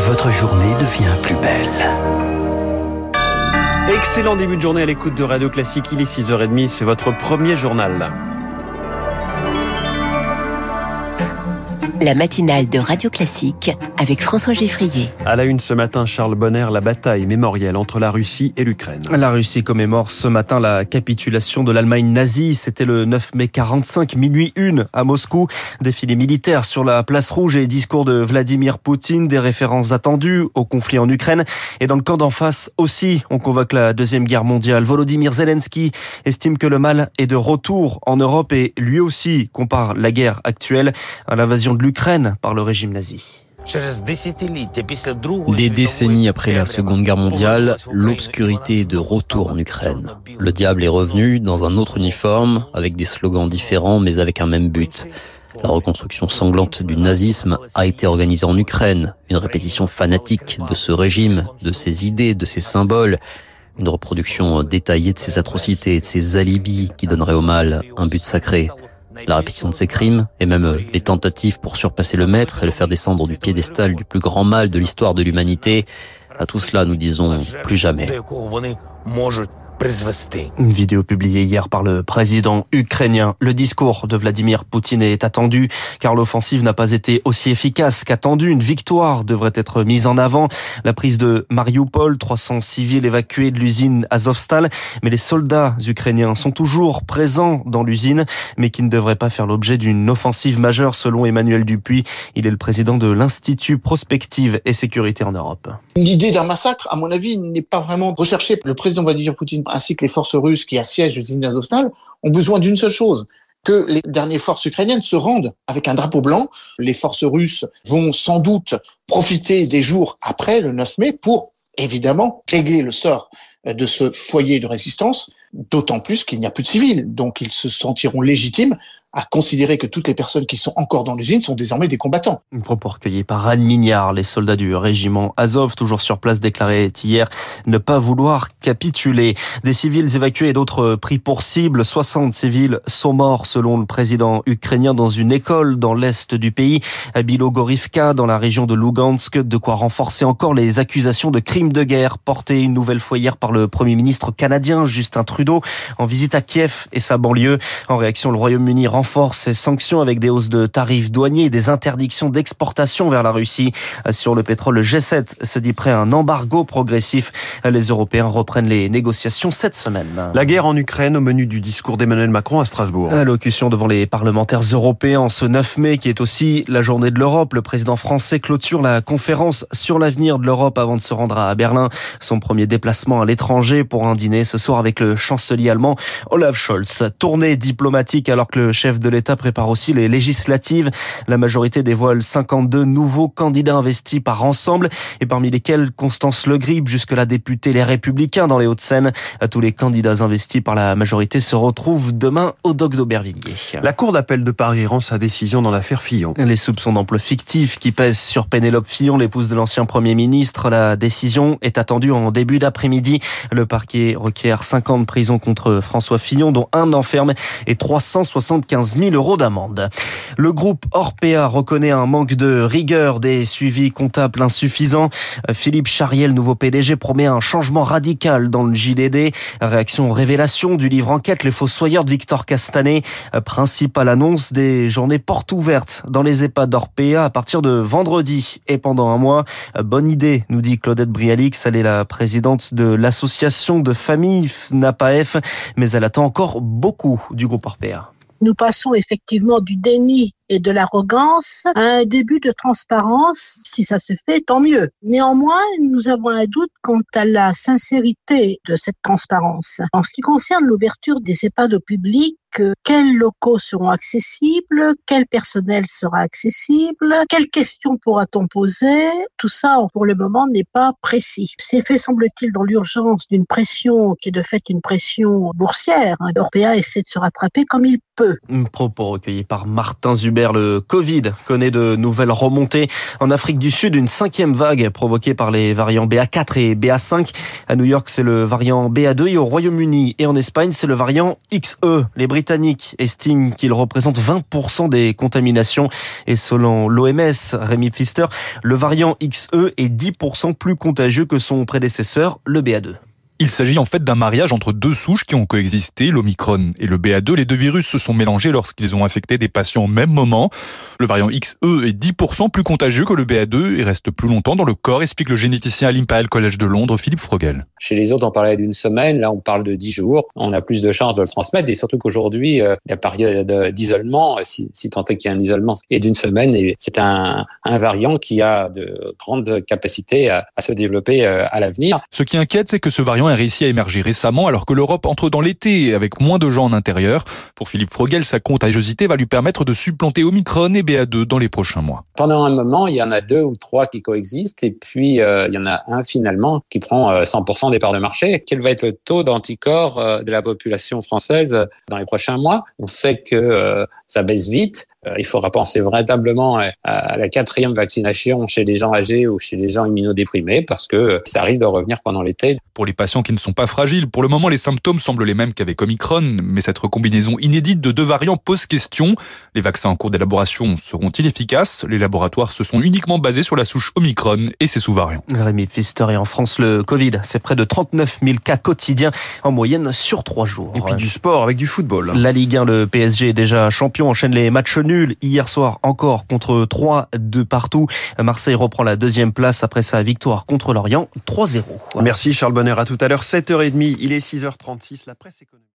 votre journée devient plus belle. Excellent début de journée à l'écoute de Radio Classique. Il est 6h30, c'est votre premier journal. La matinale de Radio Classique avec François Geffrier. À la une ce matin, Charles Bonner, la bataille mémorielle entre la Russie et l'Ukraine. La Russie commémore ce matin la capitulation de l'Allemagne nazie. C'était le 9 mai 45, minuit 1 à Moscou. Défilé militaire sur la place rouge et discours de Vladimir Poutine, des références attendues au conflit en Ukraine. Et dans le camp d'en face aussi, on convoque la Deuxième Guerre mondiale. Volodymyr Zelensky estime que le mal est de retour en Europe et lui aussi compare la guerre actuelle à l'invasion de l'Ukraine par le régime nazi. Des décennies après la Seconde Guerre mondiale, l'obscurité est de retour en Ukraine. Le diable est revenu dans un autre uniforme, avec des slogans différents mais avec un même but. La reconstruction sanglante du nazisme a été organisée en Ukraine, une répétition fanatique de ce régime, de ses idées, de ses symboles, une reproduction détaillée de ses atrocités et de ses alibis qui donnerait au mal un but sacré. La répétition de ces crimes, et même les tentatives pour surpasser le maître et le faire descendre du piédestal du plus grand mal de l'histoire de l'humanité, à tout cela nous disons plus jamais. Une vidéo publiée hier par le président ukrainien. Le discours de Vladimir Poutine est attendu car l'offensive n'a pas été aussi efficace qu'attendu. Une victoire devrait être mise en avant. La prise de Mariupol, 300 civils évacués de l'usine Azovstal. Mais les soldats ukrainiens sont toujours présents dans l'usine, mais qui ne devraient pas faire l'objet d'une offensive majeure selon Emmanuel Dupuis. Il est le président de l'Institut Prospective et Sécurité en Europe. L'idée d'un massacre, à mon avis, n'est pas vraiment recherchée. Le président Vladimir Poutine ainsi que les forces russes qui assiègent l'usine Azovstal ont besoin d'une seule chose, que les dernières forces ukrainiennes se rendent avec un drapeau blanc. Les forces russes vont sans doute profiter des jours après le 9 mai pour, évidemment, régler le sort de ce foyer de résistance, d'autant plus qu'il n'y a plus de civils. Donc ils se sentiront légitimes à considérer que toutes les personnes qui sont encore dans l'usine sont désormais des combattants. Un propos recueilli par Anne Mignard. Les soldats du régiment Azov, toujours sur place, déclaraient hier ne pas vouloir capituler. Des civils évacués et d'autres pris pour cible. 60 civils sont morts selon le président ukrainien dans une école dans l'est du pays, à Bilogorivka, dans la région de Lugansk. De quoi renforcer encore les accusations de crimes de guerre portées une nouvelle fois hier par le Premier ministre canadien Justin Trudeau en visite à Kiev et sa banlieue. En réaction, le Royaume-Uni renforce ses sanctions avec des hausses de tarifs douaniers et des interdictions d'exportation vers la Russie. Sur le pétrole, le G7 se dit prêt à un embargo progressif. Les Européens reprennent les négociations cette semaine. La guerre en Ukraine au menu du discours d'Emmanuel Macron à Strasbourg. Allocution devant les parlementaires européens ce 9 mai qui est aussi la journée de l'Europe. Le président français clôture la conférence sur l'avenir de l'Europe avant de se rendre à Berlin. Son premier déplacement à l'étranger pour un dîner ce soir avec le chancelier allemand Olaf Scholz. Tournée diplomatique alors que le chef de l'État prépare aussi les législatives. La majorité dévoile 52 nouveaux candidats investis par Ensemble et parmi lesquels Constance Le Grip, jusque-là députée Les Républicains dans les Hauts-de-Seine. Tous les candidats investis par la majorité se retrouvent demain au dock d'Aubervilliers. La Cour d'appel de Paris rend sa décision dans l'affaire Fillon. Les soupçons d'emploi fictif qui pèsent sur Pénélope Fillon, l'épouse de l'ancien Premier ministre. La décision est attendue en début d'après-midi. Le parquet requiert 5 ans de prison contre François Fillon, dont 1 an ferme et 375 000 € d'amende. Le groupe Orpea reconnaît un manque de rigueur, des suivis comptables insuffisants. Philippe Chariel, nouveau PDG, promet un changement radical dans le JDD. Réaction aux révélations du livre enquête Les Fossoyeurs de Victor Castanet. Principale annonce des journées portes ouvertes dans les EHPAD d'Orpea à partir de vendredi et pendant un mois. Bonne idée, nous dit Claudette Brialix. Elle est la présidente de l'association de famille FNAPAF, mais elle attend encore beaucoup du groupe Orpea. Nous passons effectivement du déni et de l'arrogance à un début de transparence. Si ça se fait, tant mieux. Néanmoins, nous avons un doute quant à la sincérité de cette transparence. En ce qui concerne l'ouverture des EHPAD au public, quels locaux seront accessibles, quel personnel sera accessible, quelles questions pourra-t-on poser, tout ça pour le moment n'est pas précis. C'est fait semble-t-il dans l'urgence d'une pression qui est de fait une pression boursière. Orpea essaie de se rattraper comme il peut. Propos recueillis par Martin Zuber. Le Covid connaît de nouvelles remontées. En Afrique du Sud, une 5e vague provoquée par les variants BA4 et BA5. À New York, c'est le variant BA2 et au Royaume-Uni et en Espagne, c'est le variant XE. Les Britanniques britanniques estiment qu'il représente 20% des contaminations. Et selon l'OMS, Rémi Pfister, le variant XE est 10% plus contagieux que son prédécesseur, le BA2. Il s'agit en fait d'un mariage entre deux souches qui ont coexisté, l'Omicron et le BA2. Les deux virus se sont mélangés lorsqu'ils ont infecté des patients au même moment. Le variant XE est 10% plus contagieux que le BA2 et reste plus longtemps dans le corps, explique le généticien à l'Imperial College de Londres, Philippe Frogel. Chez les autres, on parlait d'une semaine, là on parle de 10 jours. On a plus de chances de le transmettre et surtout qu'aujourd'hui, la période d'isolement, si tant est qu'il y a un isolement, est d'une semaine et c'est un variant qui a de grandes capacités à se développer à l'avenir. Ce qui inquiète, c'est que ce variant a réussi à émerger récemment alors que l'Europe entre dans l'été avec moins de gens en intérieur. Pour Philippe Frogel, sa contagiosité va lui permettre de supplanter Omicron et BA2 dans les prochains mois. Pendant un moment, il y en a 2 ou 3 qui coexistent et puis il y en a un finalement qui prend 100% des parts de marché. Quel va être le taux d'anticorps de la population française dans les prochains mois? On sait que ça baisse vite. Il faudra penser véritablement à la 4e vaccination chez les gens âgés ou chez les gens immunodéprimés parce que ça risque de revenir pendant l'été. Pour les patients qui ne sont pas fragiles, pour le moment les symptômes semblent les mêmes qu'avec Omicron, mais cette recombinaison inédite de 2 variants pose question. Les vaccins en cours d'élaboration seront-ils efficaces? Les laboratoires se sont uniquement basés sur la souche Omicron et ses sous-variants. Rémi Pfister, et en France, le Covid, c'est près de 39 000 cas quotidiens en moyenne sur 3 jours. Et puis du sport avec du football. La Ligue 1, le PSG est déjà champion, enchaîne les matchs nuls. Hier soir encore contre 3 de partout. Marseille reprend la 2e place après sa victoire contre Lorient 3-0. Merci Charles Bonner, à tout à l'heure, 7h30, il est 6h36, la presse économique.